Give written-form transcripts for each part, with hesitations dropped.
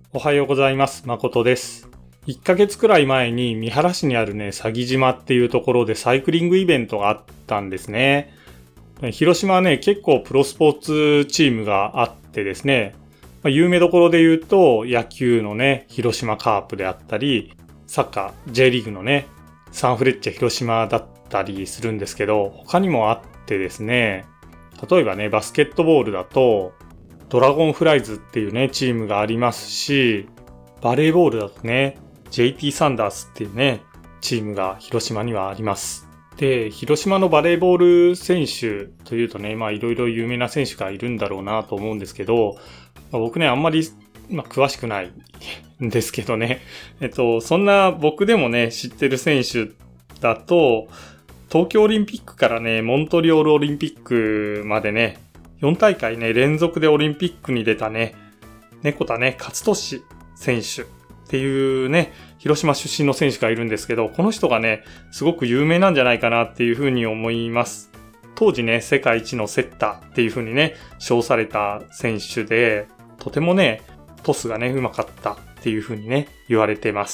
おはようございます。誠です。1ヶ月くらい前に三原市にあるね、佐木島っていうところでサイクリングイベントがあったんですね。広島はね、結構プロスポーツチームがあってですね、有名どころで言うと野球のね、広島カープであったり、サッカー、J リーグのね、サンフレッチェ広島だったりするんですけど、他にもあってですね、例えばね、バスケットボールだと、ドラゴンフライズっていうね、チームがありますし、バレーボールだとね、JT サンダースっていうね、チームが広島にはあります。で、広島のバレーボール選手というとね、いろいろ有名な選手がいるんだろうなと思うんですけど、僕ね、あんまり、詳しくないんですけどね。そんな僕でもね、知ってる選手だと、東京オリンピックからね、モントリオールオリンピックまでね、4大会ね、連続でオリンピックに出たね、猫田ね、勝利選手っていうね、広島出身の選手がいるんですけど、この人がね、すごく有名なんじゃないかなっていうふうに思います。当時ね、世界一のセッターっていうふうにね、称された選手で、とてもね、トスがね、うまかったっていうふうにね、言われてます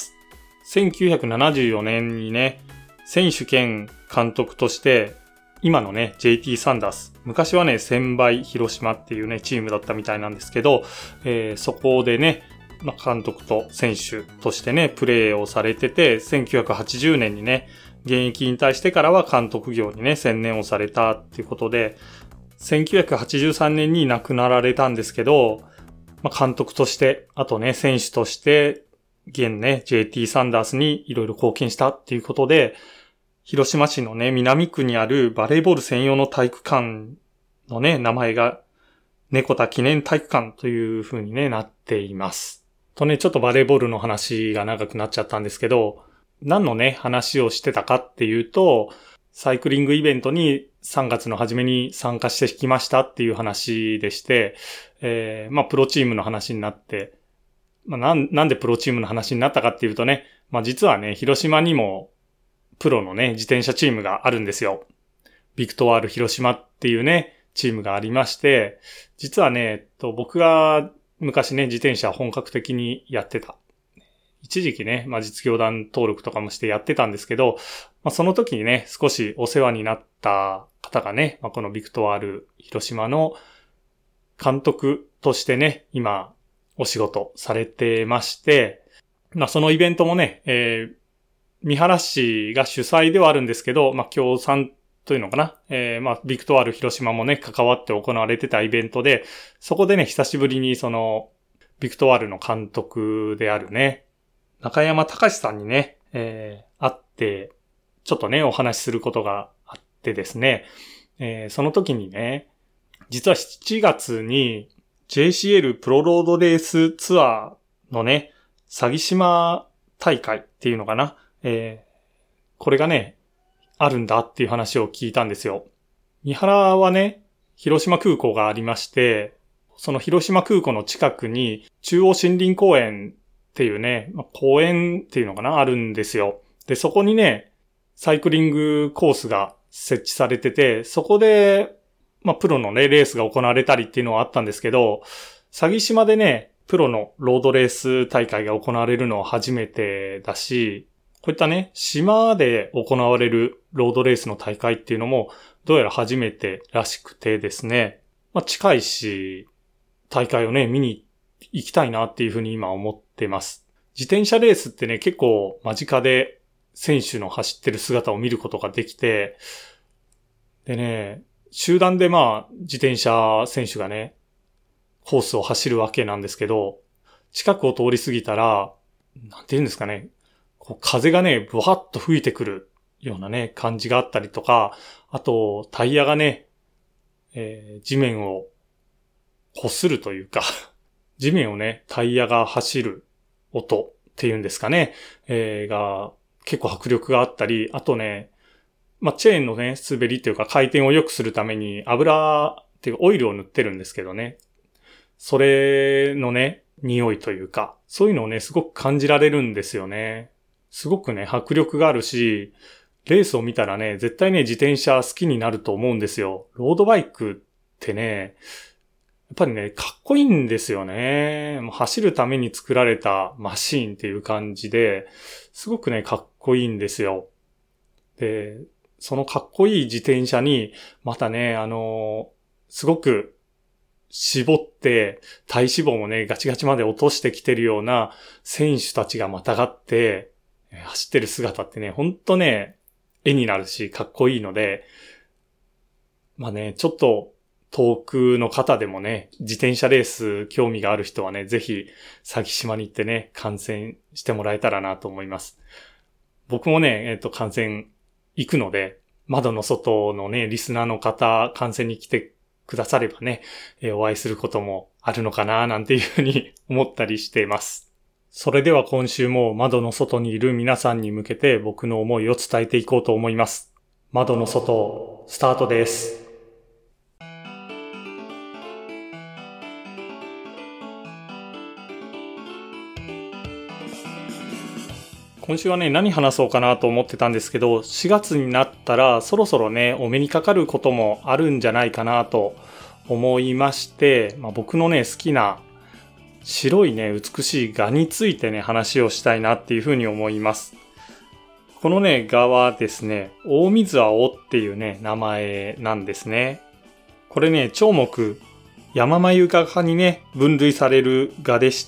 。1974年にね、選手兼監督として、今のね、JT サンダース。昔はね、専売広島っていうね、チームだったみたいなんですけど、そこでね、監督と選手としてね、プレーをされてて、1980年にね、現役引退してからは監督業にね、専念をされたっていうことで、1983年に亡くなられたんですけど、監督として、あとね、選手として、現ね、JT サンダースにいろいろ貢献したっていうことで、広島市のね、南区にあるバレーボール専用の体育館のね、名前が猫田記念体育館という風にね、なっています。とね、ちょっとバレーボールの話が長くなっちゃったんですけど、何のね、話をしてたかっていうと、サイクリングイベントに3月の初めに参加してきましたっていう話でして、プロチームの話になって、なんでプロチームの話になったかっていうとね、実はね、広島にもプロのね、自転車チームがあるんですよ。ビクトワール広島っていうね、チームがありまして、実はね、僕が昔ね、自転車本格的にやってた。一時期ね、実業団登録とかもしてやってたんですけど、その時にね、少しお世話になった方がね、このビクトワール広島の監督としてね、今、お仕事されてまして、そのイベントもね、三原市が主催ではあるんですけど、協賛というのかな。ビクトワール広島もね、関わって行われてたイベントで、そこでね、久しぶりにビクトワールの監督であるね、中山隆さんにね、会って、ちょっとね、お話しすることがあってですね、その時にね、実は7月に JCL プロロードレースツアーのね、佐木島大会っていうのかな。これがね、あるんだっていう話を聞いたんですよ。三原はね、広島空港がありまして、その広島空港の近くに中央森林公園っていうね、公園っていうのかな、あるんですよ。で、そこにね、サイクリングコースが設置されてて、そこで、プロのね、レースが行われたりっていうのはあったんですけど、佐木島でね、プロのロードレース大会が行われるのは初めてだし、こういったね、島で行われるロードレースの大会っていうのも、どうやら初めてらしくてですね、近いし、大会をね、見に行きたいなっていうふうに今思ってます。自転車レースってね、結構間近で選手の走ってる姿を見ることができて、でね、集団で自転車選手がね、コースを走るわけなんですけど、近くを通り過ぎたら、なんて言うんですかね、風がね、ブワッと吹いてくるようなね、感じがあったりとか、あと、タイヤがね、地面を擦るというか、地面をね、タイヤが走る音っていうんですかね、が結構迫力があったり、あとね、チェーンのね、滑りというか回転を良くするために油っていうかオイルを塗ってるんですけどね、それのね、匂いというか、そういうのをね、すごく感じられるんですよね。すごくね、迫力があるし、レースを見たらね、絶対ね、自転車好きになると思うんですよ。ロードバイクってね、 ぱりね、かっこいいんですよね。もう走るために作られたマシーンっていう感じで、すごくね、かっこいいんですよ。で、そのかっこいい自転車に、またね、すごく絞って、体脂肪もね、ガチガチまで落としてきてるような選手たちがまたがって、走ってる姿ってね、ほんとね、絵になるし、かっこいいので、まあね、ちょっと遠くの方でもね、自転車レース興味がある人はね、ぜひ、佐喜島に行ってね、観戦してもらえたらなと思います。僕もね、観戦行くので、窓の外のね、リスナーの方、観戦に来てくださればね、お会いすることもあるのかな、なんていうふうに思ったりしています。それでは今週も窓の外にいる皆さんに向けて僕の思いを伝えていこうと思います。窓の外、スタートです。今週はね、何話そうかなと思ってたんですけど、4月になったらそろそろね、お目にかかることもあるんじゃないかなと思いまして、僕のね、好きな白いね、美しい蛾についてね、話をしたいなっていうふうに思います。このね、蛾はですね、オオミズアオっていうね、名前なんですね。これね、長目、ヤママユガ科にね、分類される蛾でして、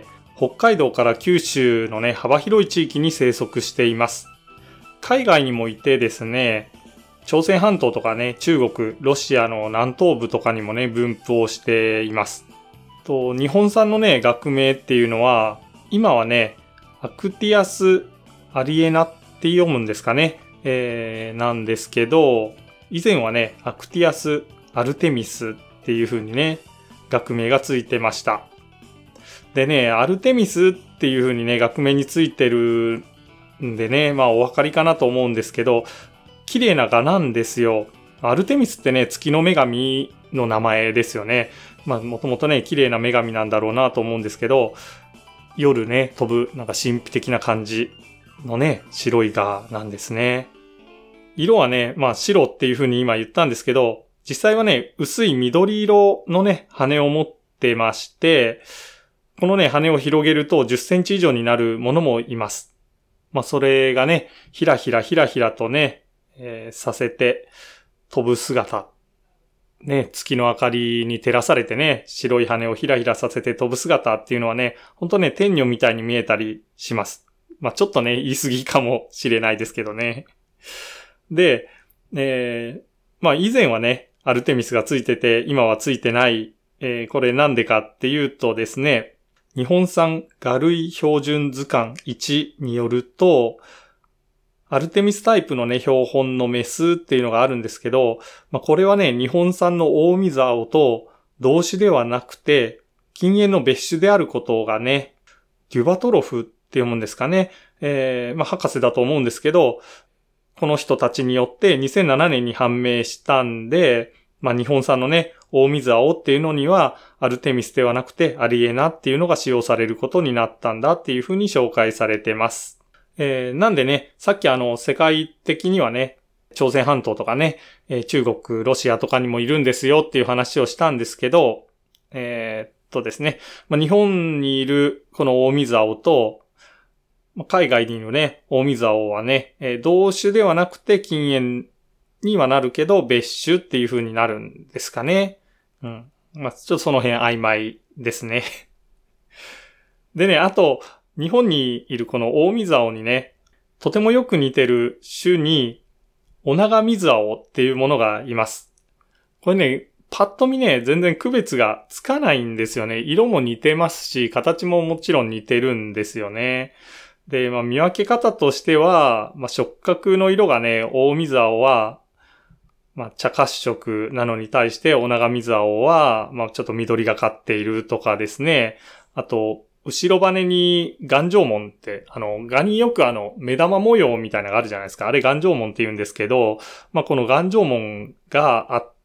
北海道から九州のね、幅広い地域に生息しています。海外にもいてですね、朝鮮半島とかね、中国、ロシアの南東部とかにもね、分布をしています。日本産のね、学名っていうのは、今はね、アクティアス・アリエナって読むんですかね、なんですけど、以前はね、アクティアス・アルテミスっていう風にね、学名がついてました。でね、アルテミスっていう風にね、学名についてるんでね、お分かりかなと思うんですけど、綺麗な蛾なんですよ。アルテミスってね、月の女神の名前ですよね。もともとね、綺麗な女神なんだろうなと思うんですけど、夜ね、飛ぶ、なんか神秘的な感じのね、白い蛾なんですね。色はね、白っていう風に今言ったんですけど、実際はね、薄い緑色のね、羽を持ってまして、このね、羽を広げると10センチ以上になるものもいます。それがね、ひらひらとね、させて飛ぶ姿。ね、月の明かりに照らされてね、白い羽をひらひらさせて飛ぶ姿っていうのはね、ほんとね、天女みたいに見えたりします。ちょっとね、言い過ぎかもしれないですけどね。で、以前はね、アルテミスがついてて、今はついてない、これなんでかっていうとですね、日本産蛾類標準図鑑1によると、アルテミスタイプのね、標本のメスっていうのがあるんですけど、これはね、日本産のオオミズアオと同種ではなくて、近縁の別種であることがね、デュバトロフって読むんですかね。博士だと思うんですけど、この人たちによって2007年に判明したんで、日本産のね、オオミズアオっていうのには、アルテミスではなくてアリエナっていうのが使用されることになったんだっていうふうに紹介されてます。なんでね、さっき世界的にはね、朝鮮半島とかね、中国、ロシアとかにもいるんですよっていう話をしたんですけど、ですね、日本にいるこのオオミズアオと、海外にいるね、オオミズアオはね、同種ではなくて近縁にはなるけど、別種っていう風になるんですかね。ちょっとその辺曖昧ですね。でね、あと、日本にいるこのオオミズアオにね、とてもよく似てる種に、オナガミズアオっていうものがいます。これね、パッと見ね、全然区別がつかないんですよね。色も似てますし、形ももちろん似てるんですよね。で、見分け方としては、触覚の色がね、オオミズアオは、茶褐色なのに対して、オナガミズアオは、ちょっと緑がかっているとかですね。あと、後ろ羽に眼状紋って、蛾によく目玉模様みたいなのがあるじゃないですか。あれ眼状紋って言うんですけど、この眼状紋があって、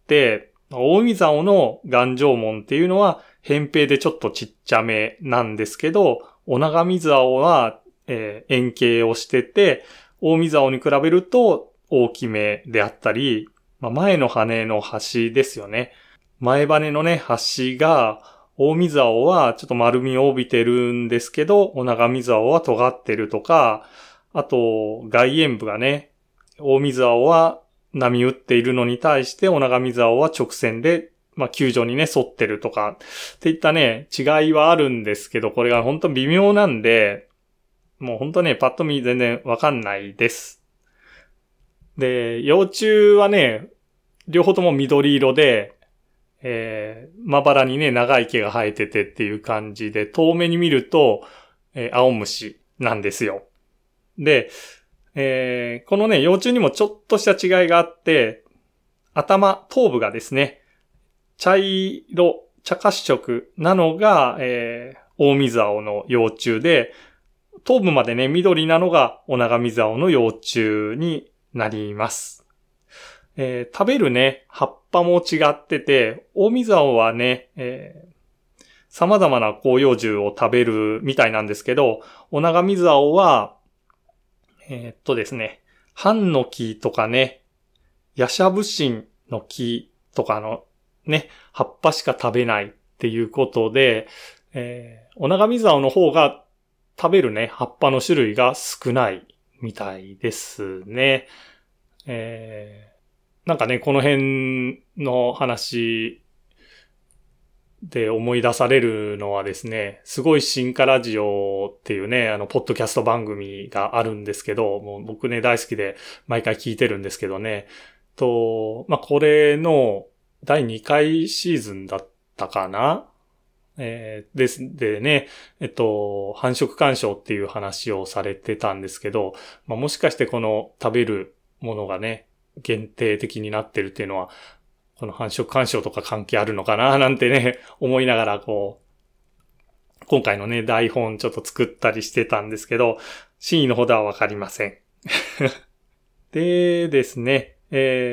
オオミズアオの眼状紋っていうのは、扁平でちょっとちっちゃめなんですけど、オナガミズアオは、円形をしてて、オオミズアオに比べると大きめであったり、前の羽の端ですよね。 前羽のね、端が、オオミズアオはちょっと丸みを帯びてるんですけど、オナガミズアオは尖ってるとか、あと、外縁部がね、オオミズアオは波打っているのに対して、オナガミズアオは直線で、球状にね、沿ってるとか、っていったね、違いはあるんですけど、これが本当微妙なんで、もう本当ね、パッと見全然わかんないです。で、幼虫はね、両方とも緑色で、まばらにね、長い毛が生えててっていう感じで、遠目に見ると、青虫なんですよ。で、このね、幼虫にもちょっとした違いがあって、頭部がですね、茶褐色なのが、オオミズアオの幼虫で、頭部までね、緑なのがオナガミズアオの幼虫になります。食べるね、葉っぱも違ってて、オオミズアオはね、様々な広葉樹を食べるみたいなんですけど、オナガミズアオは、ですね、ハンノキとかね、ヤシャブシンの木とかのね、葉っぱしか食べないっていうことで、オナガミズアオの方が食べるね、葉っぱの種類が少ないみたいですね。なんかね、この辺の話で思い出されるのはですね、すごい進化ラジオっていうね、ポッドキャスト番組があるんですけど、もう僕ね、大好きで毎回聞いてるんですけどね、これの第2回シーズンだったかな？でね、繁殖干渉っていう話をされてたんですけど、もしかしてこの食べるものがね、限定的になってるっていうのは、この繁殖干渉とか関係あるのかななんてね、思いながら今回のね、台本ちょっと作ったりしてたんですけど、真意のほどはわかりません。でですね、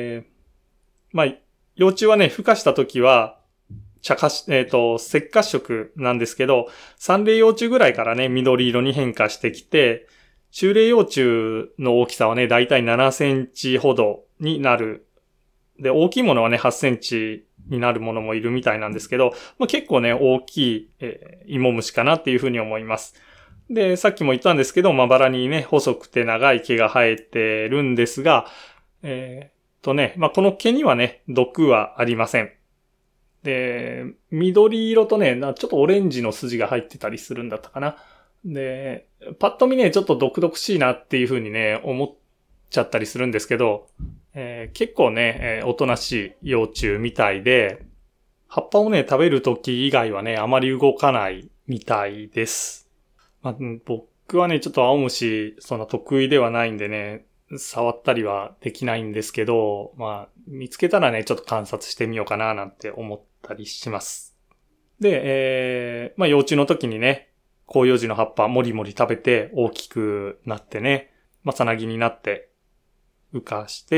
幼虫はね、孵化した時は、赤褐色なんですけど、三齢幼虫ぐらいからね、緑色に変化してきて、中齢幼虫の大きさはね、だいたい7センチほどになる。で、大きいものはね、8センチになるものもいるみたいなんですけど、結構ね、大きい、芋虫かなっていうふうに思います。で、さっきも言ったんですけど、まばらにね、細くて長い毛が生えてるんですが、この毛にはね、毒はありません。で、緑色とね、ちょっとオレンジの筋が入ってたりするんだったかな。で、パッと見ね、ちょっと毒々しいなっていう風にね、思っちゃったりするんですけど、結構ね、おとなしい幼虫みたいで、葉っぱをね、食べるとき以外はね、あまり動かないみたいです。僕はね、ちょっと青虫、そんな得意ではないんでね、触ったりはできないんですけど、見つけたらね、ちょっと観察してみようかななんて思ったりします。で、幼虫の時にね、広葉樹の葉っぱもりもり食べて大きくなってね、さなぎになって孵化して、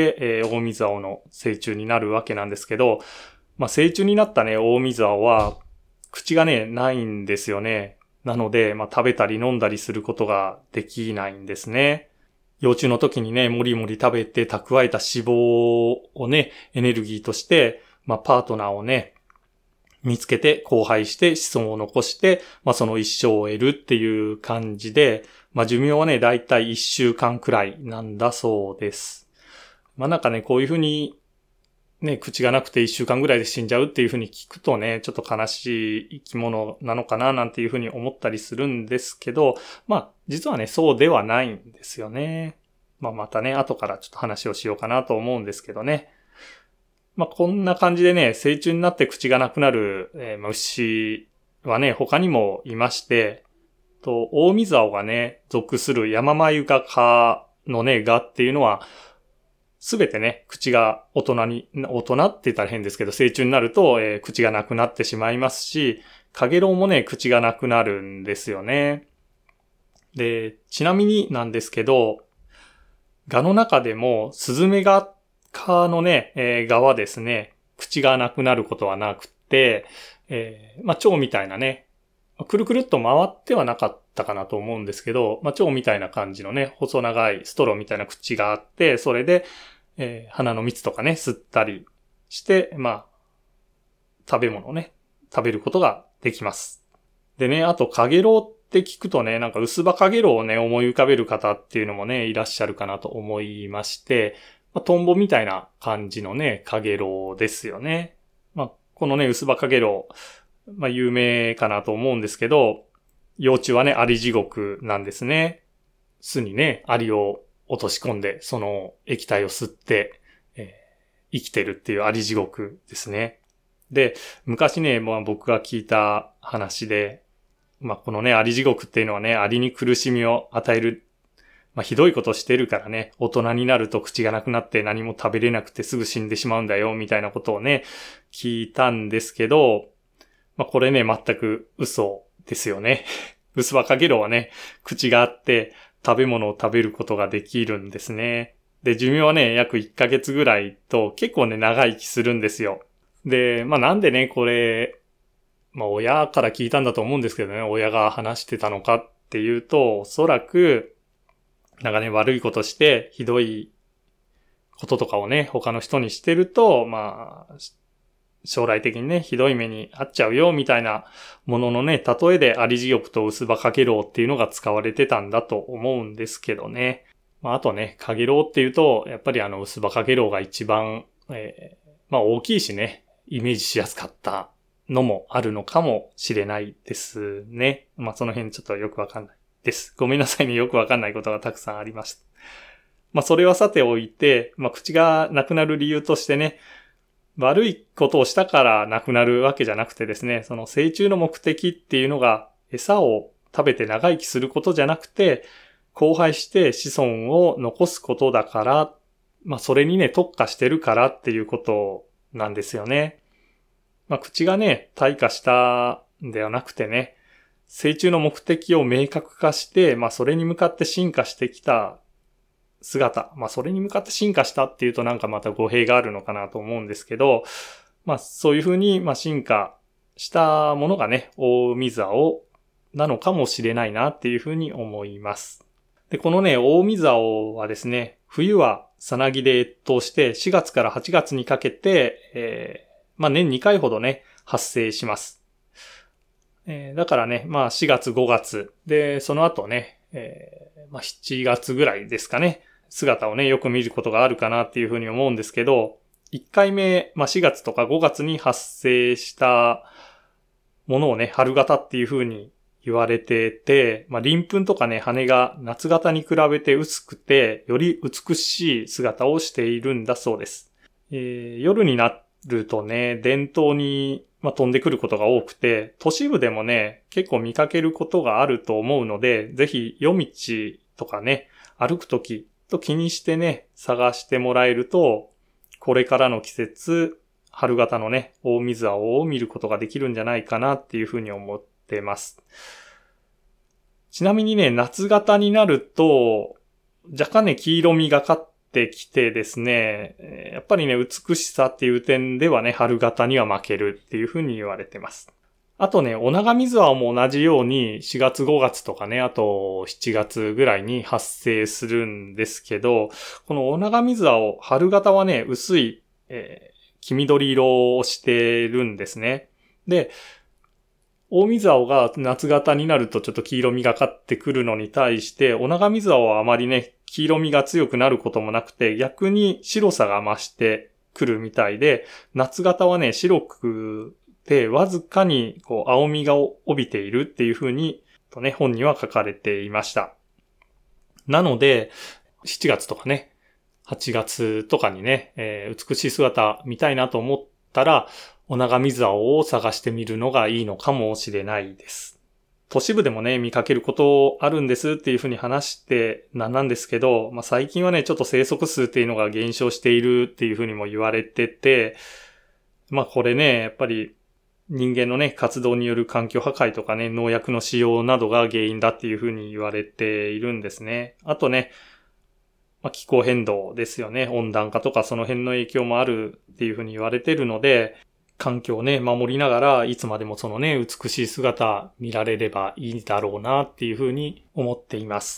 オオミズアオの成虫になるわけなんですけど、成虫になったね、オオミズアオは口がね、ないんですよね。なので、食べたり飲んだりすることができないんですね。幼虫の時にね、もりもり食べて蓄えた脂肪をね、エネルギーとして、パートナーをね、見つけて交配して子孫を残して、その一生を得るっていう感じで、寿命はね、だいたい1週間くらいなんだそうです。なんかね、こういうふうに、ね、口がなくて1週間ぐらいで死んじゃうっていうふうに聞くとね、ちょっと悲しい生き物なのかななんていうふうに思ったりするんですけど、実はね、そうではないんですよね。またね、後からちょっと話をしようかなと思うんですけどね。こんな感じでね、成虫になって口がなくなる、牛はね、他にもいまして、オオミズアオがね、属するヤママユガ科のね、ガっていうのは、すべてね、口が大人って言ったら変ですけど、成虫になると、口がなくなってしまいますし、カゲロウもね、口がなくなるんですよね。で、ちなみになんですけど、ガの中でも、スズメガ科のね、ガはですね、口がなくなることはなくて、蝶みたいなね、くるくるっと回ってはなかったかなと思うんですけど、蝶みたいな感じのね、細長いストローみたいな口があって、それで、花の蜜とかね、吸ったりして、 食べ物をね、食べることができます。でね、あと、カゲロウって聞くとね、なんか薄葉カゲロウをね、思い浮かべる方っていうのもね、いらっしゃるかなと思いまして、トンボみたいな感じのね、カゲロウですよね。このね、薄葉カゲロウ、有名かなと思うんですけど、幼虫はね、アリ地獄なんですね。巣にね、アリを落とし込んで、その液体を吸って、生きてるっていうアリ地獄ですね。で、昔ね、僕が聞いた話で、このね、アリ地獄っていうのはね、アリに苦しみを与える、ひどいことしてるからね、大人になると口がなくなって何も食べれなくてすぐ死んでしまうんだよ、みたいなことをね、聞いたんですけど、これね、全く嘘ですよね。薄葉カゲロウはね、口があって食べ物を食べることができるんですね。で、寿命はね、約1ヶ月ぐらいと結構ね、長生きするんですよ。で、なんでね、これ、親から聞いたんだと思うんですけどね、親が話してたのかっていうと、おそらく、なんかね、悪いことして、ひどいこととかをね、他の人にしてると、将来的にね、ひどい目に遭っちゃうよ、みたいなもののね、例えでアリ地獄と薄葉カゲロウっていうのが使われてたんだと思うんですけどね。あとね、カゲロウっていうと、やっぱり薄葉カゲロウが一番、大きいしね、イメージしやすかったのもあるのかもしれないですね。その辺ちょっとよくわかんないです。ごめんなさいね、よくわかんないことがたくさんありました。それはさておいて、口がなくなる理由としてね、悪いことをしたからなくなるわけじゃなくてですね、その成虫の目的っていうのが餌を食べて長生きすることじゃなくて、交配して子孫を残すことだから、それにね、特化してるからっていうことなんですよね。口がね、退化したんではなくてね、成虫の目的を明確化して、それに向かって進化してきた姿。それに向かって進化したっていうとなんかまた語弊があるのかなと思うんですけど、そういうふうに、進化したものがね、オオミズアオなのかもしれないなっていうふうに思います。で、このね、オオミズアオはですね、冬はさなぎで越冬して4月から8月にかけて、年2回ほどね、発生します。だからね、4月5月で、その後ね、7月ぐらいですかね、姿をね、よく見ることがあるかなっていうふうに思うんですけど、1回目、4月とか5月に発生したものをね、春型っていうふうに言われてて、鱗粉とかね、羽が夏型に比べて薄くて、より美しい姿をしているんだそうです。夜になるとね、伝統に、飛んでくることが多くて、都市部でもね、結構見かけることがあると思うので、ぜひ夜道とかね、歩くときと気にしてね、探してもらえると、これからの季節、春型のね、オオミズアオを見ることができるんじゃないかなっていうふうに思ってます。ちなみにね、夏型になると、若干ね、黄色みがかってきてですね、やっぱりね、美しさっていう点ではね、春型には負けるっていうふうに言われてます。あとね、オナガミズアオも同じように4月5月とかね、あと7月ぐらいに発生するんですけど、このオナガミズアオ、春型はね、薄い、黄緑色をしてるんですね。で、オオミズアオが夏型になるとちょっと黄色みがかってくるのに対して、オナガミズアオはあまりね、黄色みが強くなることもなくて、逆に白さが増してくるみたいで、夏型はね、白くてわずかに青みが帯びているっていう風に、本には書かれていました。なので、7月とかね、8月とかにね、美しい姿見たいなと思ったら、オナガミズアオを探してみるのがいいのかもしれないです。都市部でもね、見かけることあるんですっていうふうに話してなんですけど、最近はね、ちょっと生息数っていうのが減少しているっていうふうにも言われてて、これね、やっぱり人間のね、活動による環境破壊とかね、農薬の使用などが原因だっていうふうに言われているんですね。あとね、気候変動ですよね。温暖化とかその辺の影響もあるっていうふうに言われているので、環境をね、守りながら、いつまでもそのね、美しい姿見られればいいだろうなっていうふうに思っています。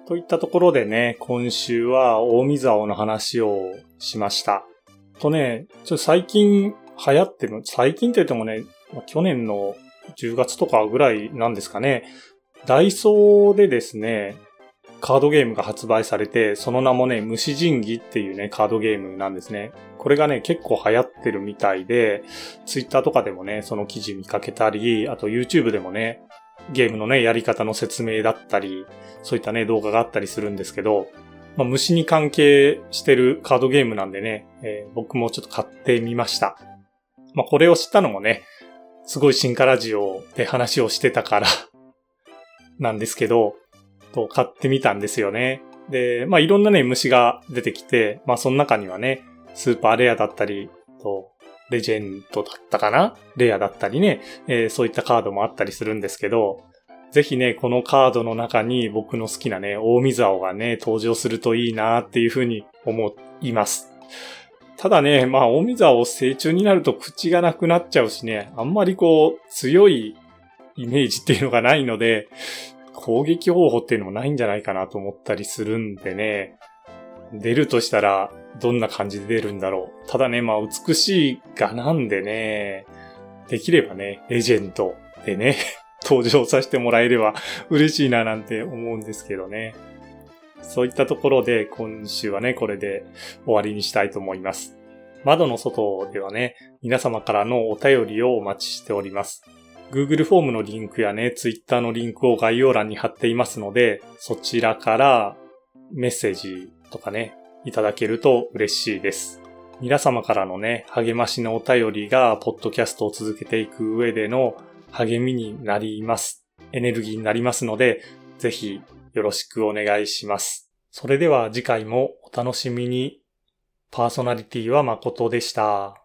といったところでね、今週は大見沢の話をしました。最近流行ってる、最近って言ってもね、去年の10月とかぐらいなんですかね、ダイソーでですね、カードゲームが発売されて、その名もね、虫神器っていうね、カードゲームなんですね。これがね、結構流行ってるみたいで、ツイッターとかでもね、その記事見かけたり、あと YouTube でもね、ゲームのね、やり方の説明だったり、そういったね、動画があったりするんですけど、虫に関係してるカードゲームなんでね、僕もちょっと買ってみました。これを知ったのもね、すごい進化ラジオで話をしてたからなんですけど、買ってみたんですよね。で、いろんなね、虫が出てきて、その中にはね、スーパーレアだったり、レジェンドだったかな？レアだったりね、そういったカードもあったりするんですけど、ぜひね、このカードの中に僕の好きなね、大見沢がね、登場するといいなっていうふうに思います。ただね、大見沢を成虫になると口がなくなっちゃうしね、あんまり強いイメージっていうのがないので、攻撃方法っていうのもないんじゃないかなと思ったりするんでね、出るとしたらどんな感じで出るんだろう。ただね、美しい画なんでね、できればね、レジェンドでね、登場させてもらえれば嬉しいななんて思うんですけどね。そういったところで今週はね、これで終わりにしたいと思います。窓の外ではね、皆様からのお便りをお待ちしております。Google フォームのリンクやね、Twitter のリンクを概要欄に貼っていますので、そちらからメッセージとかね、いただけると嬉しいです。皆様からのね、励ましのお便りが、ポッドキャストを続けていく上での励みになります。エネルギーになりますので、ぜひよろしくお願いします。それでは次回もお楽しみに。パーソナリティは誠でした。